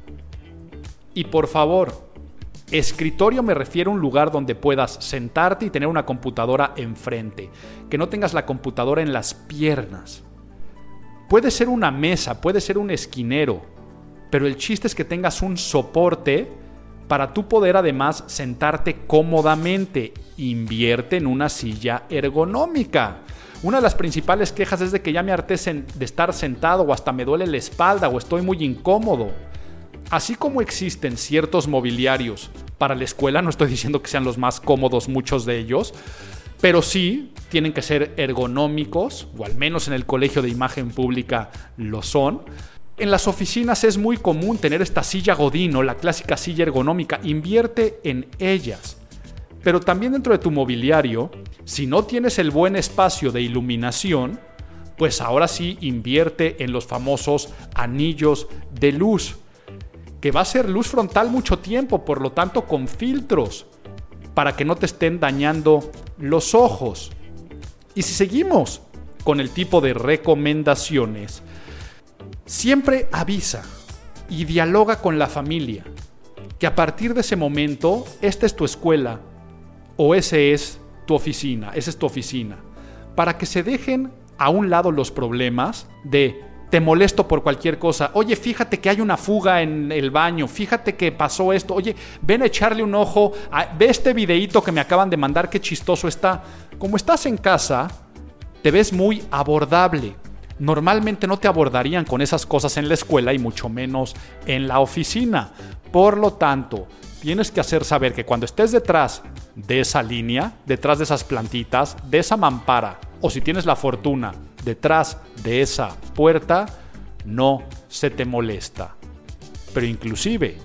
Y por favor, escritorio me refiero a un lugar donde puedas sentarte y tener una computadora enfrente, que no tengas la computadora en las piernas. Puede ser una mesa, puede ser un esquinero, pero el chiste es que tengas un soporte para tú poder además sentarte cómodamente. Invierte en una silla ergonómica. Una de las principales quejas es de que ya me harté de estar sentado o hasta me duele la espalda o estoy muy incómodo. así como existen ciertos mobiliarios para la escuela, no estoy diciendo que sean los más cómodos muchos de ellos, pero sí tienen que ser ergonómicos, o al menos en el colegio de imagen pública lo son. En las oficinas es muy común tener esta silla Godín o la clásica silla ergonómica. Invierte en ellas. Pero también dentro de tu mobiliario, si no tienes el buen espacio de iluminación, pues ahora sí invierte en los famosos anillos de luz, que va a ser luz frontal mucho tiempo, por lo tanto con filtros, para que no te estén dañando los ojos. Y si seguimos con el tipo de recomendaciones, siempre avisa y dialoga con la familia, que a partir de ese momento, esta es tu escuela o esa es tu oficina, para que se dejen a un lado los problemas de te molesto por cualquier cosa, oye, fíjate que hay una fuga en el baño, fíjate que pasó esto, oye, ven a echarle un ojo, ve este videíto que me acaban de mandar, qué chistoso está. Como estás en casa, te ves muy abordable. Normalmente no te abordarían con esas cosas en la escuela y mucho menos en la oficina. Por lo tanto, tienes que hacer saber que cuando estés detrás de esa línea, detrás de esas plantitas, de esa mampara, o si tienes la fortuna, detrás de esa puerta, no se te molesta. Pero inclusive,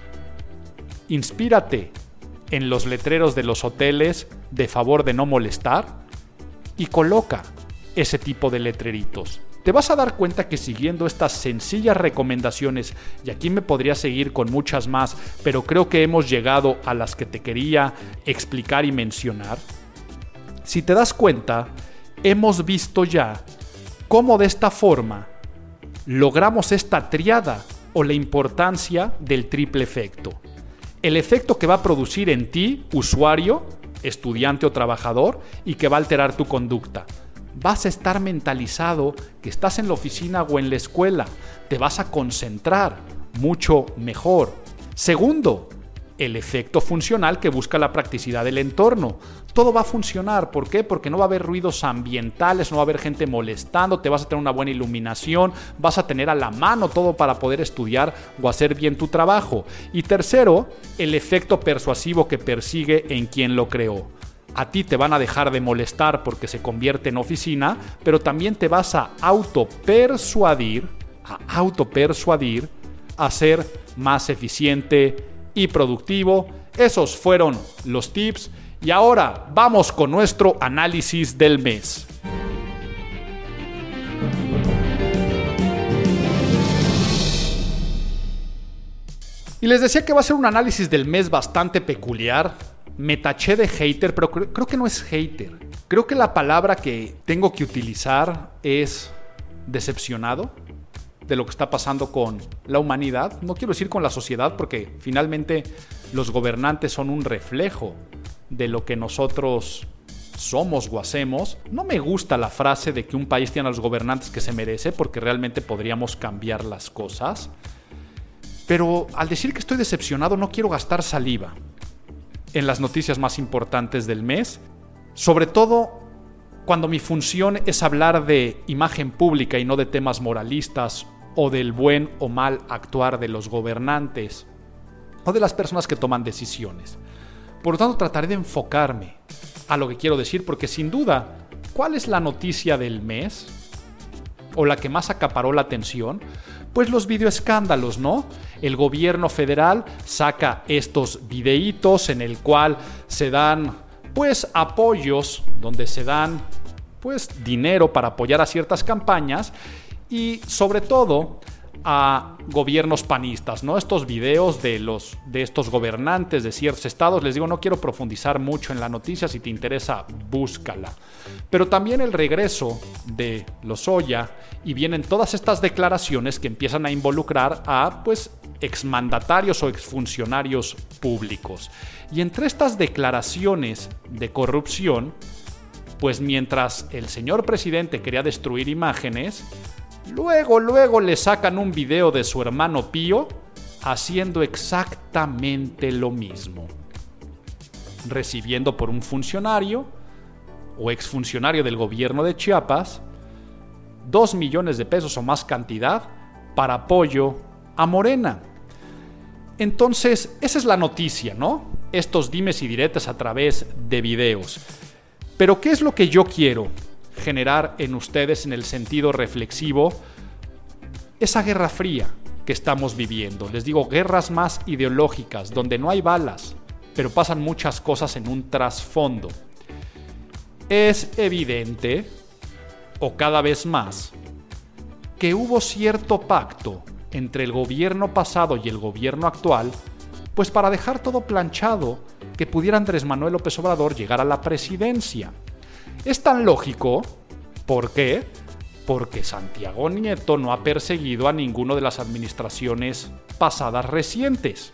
inspírate en los letreros de los hoteles de favor de no molestar y coloca ese tipo de letreritos. Te vas a dar cuenta que siguiendo estas sencillas recomendaciones, y aquí me podría seguir con muchas más, pero creo que hemos llegado a las que te quería explicar y mencionar. Si te das cuenta, hemos visto ya cómo de esta forma logramos esta triada o la importancia del triple efecto. El efecto que va a producir en ti, usuario, estudiante o trabajador, y que va a alterar tu conducta. Vas a estar mentalizado que estás en la oficina o en la escuela. Te vas a concentrar mucho mejor. Segundo, el efecto funcional que busca la practicidad del entorno. Todo va a funcionar. ¿Por qué? Porque no va a haber ruidos ambientales, no va a haber gente molestando, te vas a tener una buena iluminación, vas a tener a la mano todo para poder estudiar o hacer bien tu trabajo. Y tercero, el efecto persuasivo que persigue en quien lo creó. A ti te van a dejar de molestar porque se convierte en oficina, pero también te vas a autopersuadir a ser más eficiente y productivo. Esos fueron los tips y ahora vamos con nuestro análisis del mes. Y les decía que va a ser un análisis del mes bastante peculiar. Me taché de hater, pero creo que no es hater. Creo que la palabra que tengo que utilizar es decepcionado de lo que está pasando con la humanidad. No quiero decir con la sociedad, porque finalmente los gobernantes son un reflejo de lo que nosotros somos o hacemos. No me gusta la frase de que un país tiene a los gobernantes que se merece, porque realmente podríamos cambiar las cosas. Pero al decir que estoy decepcionado, no quiero gastar saliva en las noticias más importantes del mes, sobre todo cuando mi función es hablar de imagen pública y no de temas moralistas o del buen o mal actuar de los gobernantes o de las personas que toman decisiones. Por lo tanto, trataré de enfocarme a lo que quiero decir, porque sin duda, ¿cuál es la noticia del mes? ¿O la que más acaparó la atención? Pues los videoescándalos, ¿no? El gobierno federal saca estos videitos en el cual se dan, pues, apoyos, donde se dan, pues, dinero para apoyar a ciertas campañas y, sobre todo, a gobiernos panistas, ¿no? Estos videos de estos gobernantes de ciertos estados, les digo, no quiero profundizar mucho en la noticia, si te interesa, búscala. Pero también el regreso de Lozoya, y vienen todas estas declaraciones que empiezan a involucrar a, pues, exmandatarios o exfuncionarios públicos. Y entre estas declaraciones de corrupción, pues mientras el señor presidente quería destruir imágenes, luego le sacan un video de su hermano Pío haciendo exactamente lo mismo, recibiendo por un funcionario o exfuncionario del gobierno de Chiapas 2 millones de pesos o más cantidad para apoyo a Morena. Entonces, esa es la noticia, ¿no? Estos dimes y diretes a través de videos. Pero ¿qué es lo que yo quiero generar en ustedes en el sentido reflexivo? Esa guerra fría que estamos viviendo. Les digo, guerras más ideológicas, donde no hay balas, pero pasan muchas cosas en un trasfondo. Es evidente, o cada vez más, que hubo cierto pacto entre el gobierno pasado y el gobierno actual, pues para dejar todo planchado, que pudiera Andrés Manuel López Obrador llegar a la presidencia. Es tan lógico. ¿Por qué? Porque Santiago Nieto no ha perseguido a ninguno de las administraciones pasadas recientes.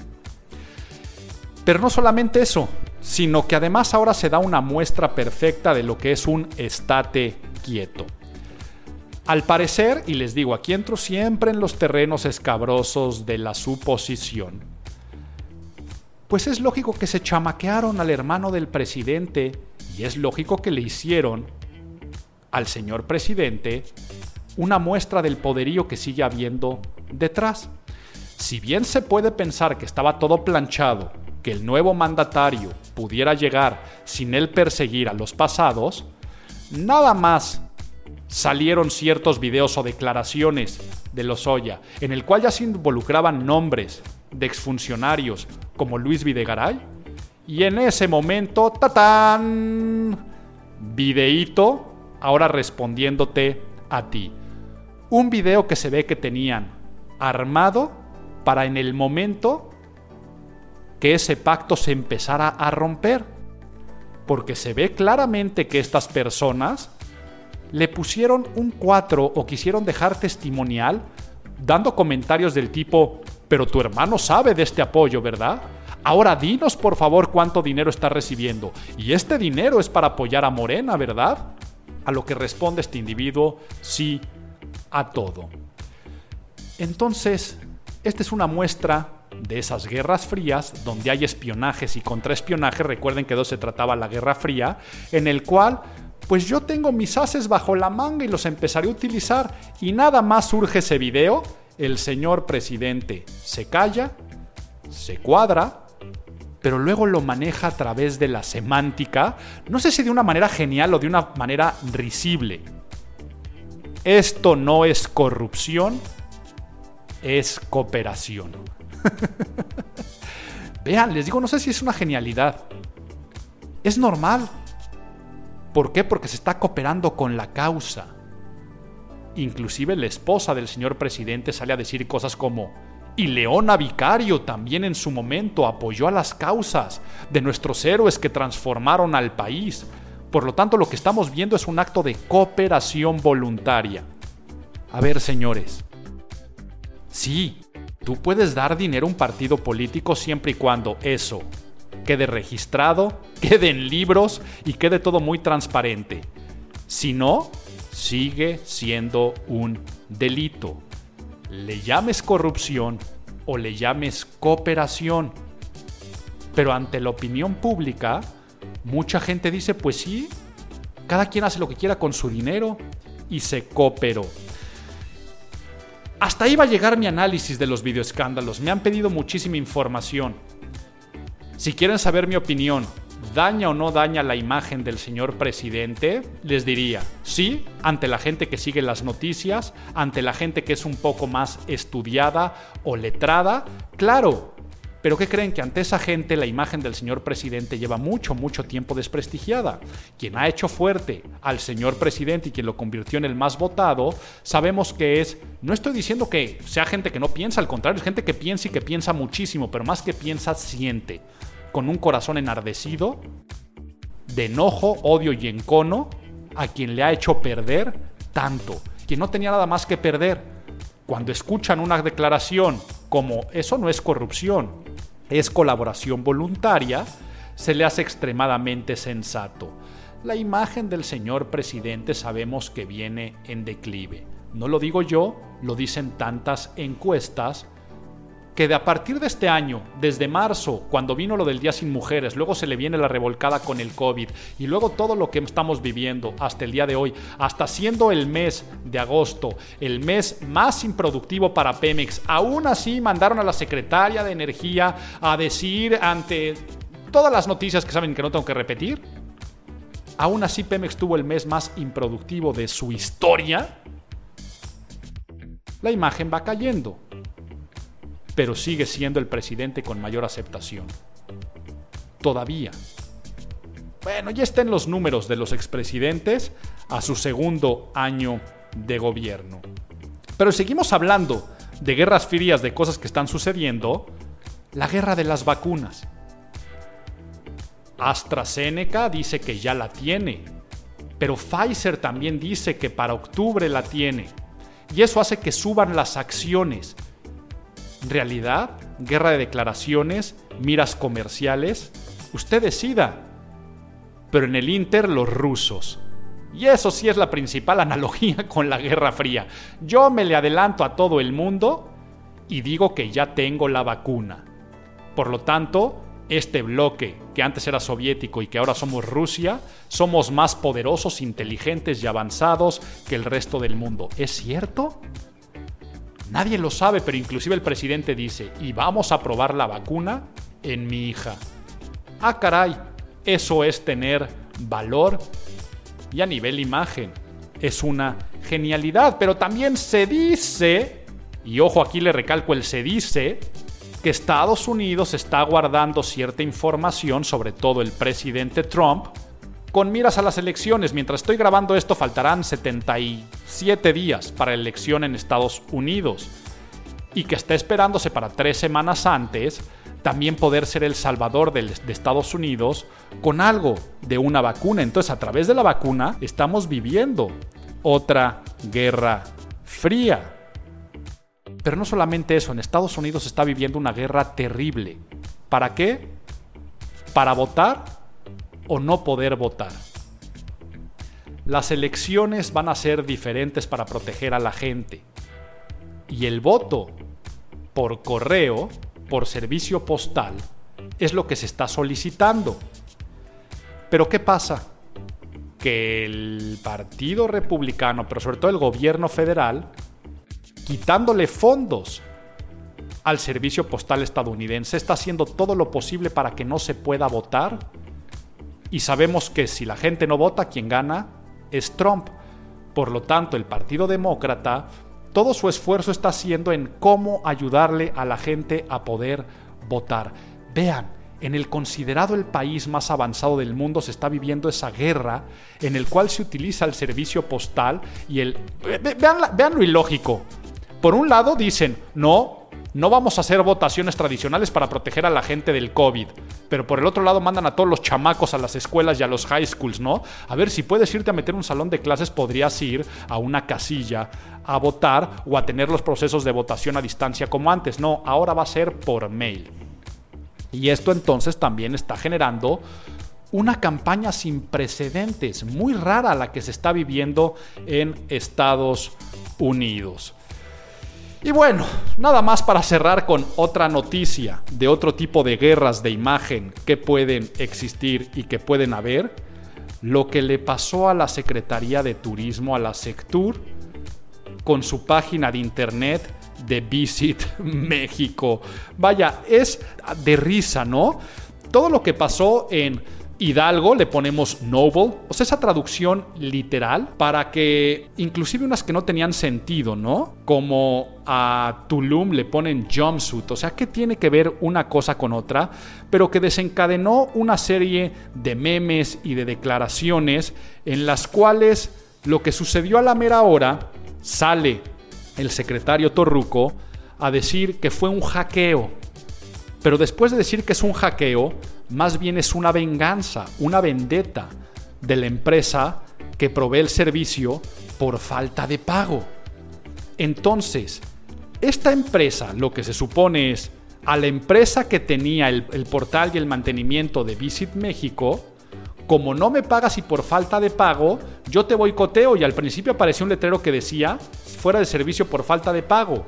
Pero no solamente eso, sino que además ahora se da una muestra perfecta de lo que es un estate quieto. Al parecer, y les digo, aquí entro siempre en los terrenos escabrosos de la suposición, pues es lógico que se chamaquearon al hermano del presidente y es lógico que le hicieron al señor presidente una muestra del poderío que sigue habiendo detrás. Si bien se puede pensar que estaba todo planchado, que el nuevo mandatario pudiera llegar sin él perseguir a los pasados, nada más salieron ciertos videos o declaraciones de Lozoya, en el cual ya se involucraban nombres de exfuncionarios como Luis Videgaray, y en ese momento, ¡tatán!, videíto, ahora respondiéndote a ti. Un video que se ve que tenían armado para en el momento que ese pacto se empezara a romper, porque se ve claramente que estas personas le pusieron un 4 o quisieron dejar testimonial dando comentarios del tipo: pero tu hermano sabe de este apoyo, ¿verdad? Ahora dinos por favor cuánto dinero está recibiendo. Y este dinero es para apoyar a Morena, ¿verdad? A lo que responde este individuo: sí a todo. Entonces, esta es una muestra de esas guerras frías donde hay espionajes y contraespionaje. Recuerden que de eso se trataba la Guerra Fría, en el cual pues yo tengo mis ases bajo la manga y los empezaré a utilizar, y nada más surge ese video, el señor presidente se calla, se cuadra, pero luego lo maneja a través de la semántica, no sé si de una manera genial o de una manera risible. Esto no es corrupción, es cooperación. Vean, les digo, no sé si es una genialidad. Es normal. ¿Por qué? Porque se está cooperando con la causa. Inclusive la esposa del señor presidente sale a decir cosas como: y Leona Vicario también en su momento apoyó a las causas de nuestros héroes que transformaron al país. Por lo tanto, lo que estamos viendo es un acto de cooperación voluntaria. A ver, señores, sí, tú puedes dar dinero a un partido político siempre y cuando eso quede registrado, quede en libros y quede todo muy transparente. Si no, sigue siendo un delito. Le llames corrupción o le llames cooperación. Pero ante la opinión pública, mucha gente dice: pues sí, cada quien hace lo que quiera con su dinero, y se cooperó. Hasta ahí va a llegar mi análisis de los videoescándalos. Me han pedido muchísima información. Si quieren saber mi opinión, ¿daña o no daña la imagen del señor presidente? Les diría, sí, ante la gente que sigue las noticias, ante la gente que es un poco más estudiada o letrada, claro. Pero ¿qué creen? Que ante esa gente la imagen del señor presidente lleva mucho tiempo desprestigiada. Quien ha hecho fuerte al señor presidente y quien lo convirtió en el más votado, sabemos que es, no estoy diciendo que sea gente que no piensa, al contrario, es gente que piensa y que piensa muchísimo, pero más que piensa, siente, con un corazón enardecido, de enojo, odio y encono, a quien le ha hecho perder tanto, quien no tenía nada más que perder. Cuando escuchan una declaración como eso no es corrupción, es colaboración voluntaria, se le hace extremadamente sensato. La imagen del señor presidente sabemos que viene en declive. No lo digo yo, lo dicen tantas encuestas que a partir de este año, desde marzo, cuando vino lo del Día Sin Mujeres, luego se le viene la revolcada con el COVID y luego todo lo que estamos viviendo hasta el día de hoy, hasta siendo el mes de agosto, el mes más improductivo para Pemex, aún así mandaron a la secretaria de Energía a decir ante todas las noticias que saben que no tengo que repetir, aún así Pemex tuvo el mes más improductivo de su historia. La imagen va cayendo, pero sigue siendo el presidente con mayor aceptación. Todavía. Bueno, ya está en los números de los expresidentes a su segundo año de gobierno. Pero seguimos hablando de guerras frías, de cosas que están sucediendo. La guerra de las vacunas. AstraZeneca dice que ya la tiene, pero Pfizer también dice que para octubre la tiene. Y eso hace que suban las acciones. En realidad, guerra de declaraciones, miras comerciales, usted decida. Pero en el Inter, los rusos. Y eso sí es la principal analogía con la Guerra Fría. Yo me le adelanto a todo el mundo y digo que ya tengo la vacuna. Por lo tanto, este bloque, que antes era soviético y que ahora somos Rusia, somos más poderosos, inteligentes y avanzados que el resto del mundo. ¿Es cierto? Nadie lo sabe, pero inclusive el presidente dice, y vamos a probar la vacuna en mi hija. Ah, caray, eso es tener valor y a nivel imagen. Es una genialidad, pero también se dice, y ojo aquí le recalco el se dice, que Estados Unidos está guardando cierta información, sobre todo el presidente Trump, con miras a las elecciones. Mientras estoy grabando esto, faltarán 77 días para la elección en Estados Unidos. Y que está esperándose para 3 semanas antes también poder ser el salvador de Estados Unidos con algo de una vacuna. Entonces, a través de la vacuna estamos viviendo otra guerra fría. Pero no solamente eso, en Estados Unidos se está viviendo una guerra terrible. ¿Para qué? Para votar o no poder votar. Las elecciones van a ser diferentes para proteger a la gente. Y el voto por correo, por servicio postal, es lo que se está solicitando. Pero ¿qué pasa? Que el Partido Republicano, pero sobre todo el gobierno federal, quitándole fondos al servicio postal estadounidense, está haciendo todo lo posible para que no se pueda votar. Y sabemos que si la gente no vota, quien gana es Trump. Por lo tanto, el Partido Demócrata, todo su esfuerzo está haciendo en cómo ayudarle a la gente a poder votar. Vean, en el considerado el país más avanzado del mundo se está viviendo esa guerra en el cual se utiliza el servicio postal y el... Vean lo ilógico. Por un lado dicen, no vamos a hacer votaciones tradicionales para proteger a la gente del COVID. Pero por el otro lado mandan a todos los chamacos a las escuelas y a los high schools, ¿no? A ver, si puedes irte a meter un salón de clases, podrías ir a una casilla a votar o a tener los procesos de votación a distancia como antes. No, ahora va a ser por mail. Y esto entonces también está generando una campaña sin precedentes, muy rara la que se está viviendo en Estados Unidos. Y bueno, nada más para cerrar con otra noticia de otro tipo de guerras de imagen que pueden existir y que pueden haber. Lo que le pasó a la Secretaría de Turismo, a la Sectur, con su página de internet de Visit México. Vaya, es de risa, ¿no? Todo lo que pasó en Hidalgo le ponemos Noble, o sea, esa traducción literal para que inclusive unas que no tenían sentido, ¿no? Como a Tulum le ponen Jumpsuit, o sea, ¿qué tiene que ver una cosa con otra? Pero que desencadenó una serie de memes y de declaraciones en las cuales lo que sucedió a la mera hora, sale el secretario Torruco a decir que fue un hackeo. Pero después de decir que es un hackeo, más bien es una venganza, una vendetta de la empresa que provee el servicio por falta de pago. Entonces, esta empresa, lo que se supone es a la empresa que tenía el portal y el mantenimiento de Visit México, como no me pagas y por falta de pago, yo te boicoteo. Y al principio apareció un letrero que decía fuera de servicio por falta de pago.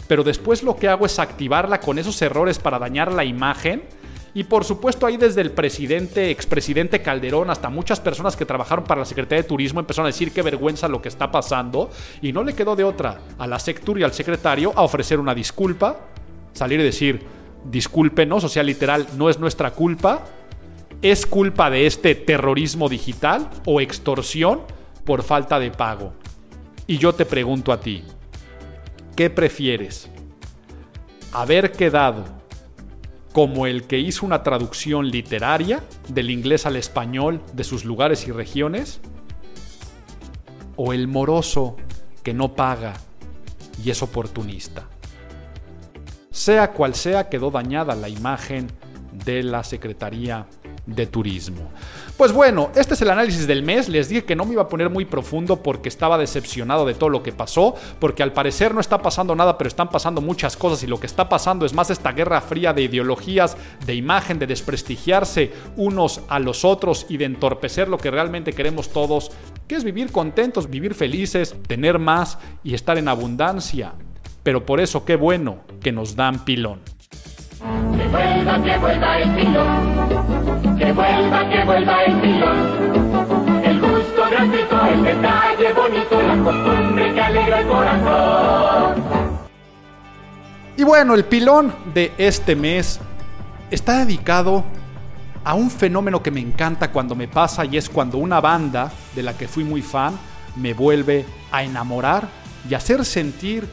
pero después lo que hago es activarla con esos errores para dañar la imagen. Y por supuesto ahí desde el presidente, expresidente Calderón, hasta muchas personas que trabajaron para la Secretaría de Turismo empezaron a decir qué vergüenza lo que está pasando. Y no le quedó de otra a la Sectur y al secretario a ofrecer una disculpa, salir y decir, discúlpenos, o sea, literal, no es nuestra culpa, es culpa de este terrorismo digital o extorsión por falta de pago. Y yo te pregunto a ti, ¿qué prefieres? ¿Haber quedado como el que hizo una traducción literaria del inglés al español de sus lugares y regiones? ¿O el moroso que no paga y es oportunista? Sea cual sea, quedó dañada la imagen de la Secretaría de Turismo. Pues bueno, este es el análisis del mes. Les dije que no me iba a poner muy profundo porque estaba decepcionado de todo lo que pasó, porque al parecer no está pasando nada, pero están pasando muchas cosas, y lo que está pasando es más esta guerra fría de ideologías, de imagen, de desprestigiarse unos a los otros y de entorpecer lo que realmente queremos todos, que es vivir contentos, vivir felices, tener más y estar en abundancia. Pero por eso qué bueno que nos dan pilón. Que vuelva el pilón. Que vuelva el pilón. El gusto gratuito, el detalle bonito, la costumbre que alegra el corazón. Y bueno, el pilón de este mes está dedicado a un fenómeno que me encanta cuando me pasa, y es cuando una banda de la que fui muy fan me vuelve a enamorar y hacer sentir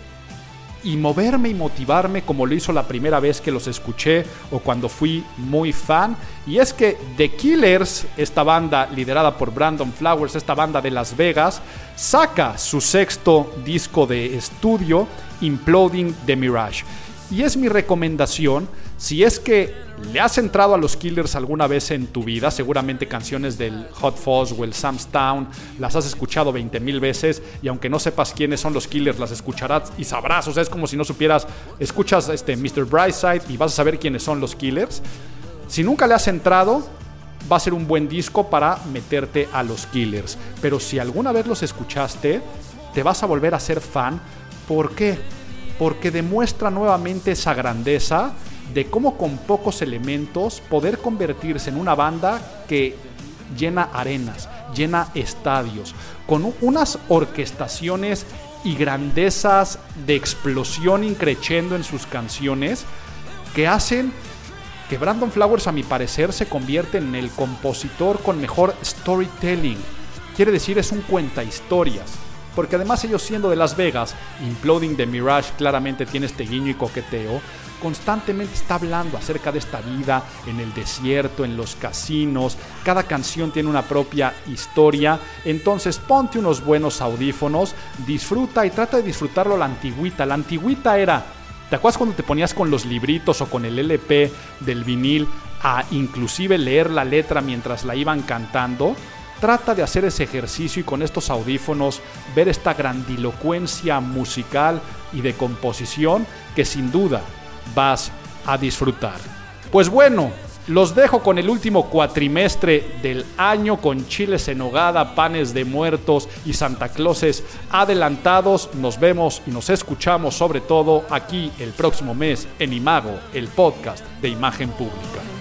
y moverme y motivarme como lo hizo la primera vez que los escuché o cuando fui muy fan. Y es que The Killers, esta banda liderada por Brandon Flowers, esta banda de Las Vegas, saca su sexto disco de estudio, Imploding the Mirage. Y es mi recomendación, si es que le has entrado a los Killers alguna vez en tu vida, seguramente canciones del Hot Fuzz o el Sam's Town las has escuchado 20,000 veces, y aunque no sepas quiénes son los Killers, las escucharás y sabrás. O sea, es como si no supieras, escuchas Mr. Brightside y vas a saber quiénes son los Killers. Si nunca le has entrado, va a ser un buen disco para meterte a los Killers. Pero si alguna vez los escuchaste, te vas a volver a ser fan. ¿Por qué? Porque demuestra nuevamente esa grandeza de cómo con pocos elementos poder convertirse en una banda que llena arenas, llena estadios, con unas orquestaciones y grandezas de explosión increciendo en sus canciones, que hacen que Brandon Flowers, a mi parecer, se convierte en el compositor con mejor storytelling. Quiere decir, es un cuentahistorias. Porque además ellos, siendo de Las Vegas, Imploding the Mirage claramente tiene este guiño y coqueteo, constantemente está hablando acerca de esta vida en el desierto, en los casinos. Cada canción tiene una propia historia. Entonces ponte unos buenos audífonos, disfruta y trata de disfrutarlo a la antigüita. La antigüita era, ¿te acuerdas cuando te ponías con los libritos o con el LP del vinil a inclusive leer la letra mientras la iban cantando? Trata de hacer ese ejercicio y con estos audífonos ver esta grandilocuencia musical y de composición que sin duda vas a disfrutar. Pues bueno, los dejo con el último cuatrimestre del año, con chiles en nogada, panes de muertos y Santa Clauses adelantados. Nos vemos y nos escuchamos sobre todo aquí el próximo mes en Imago, el podcast de Imagen Pública.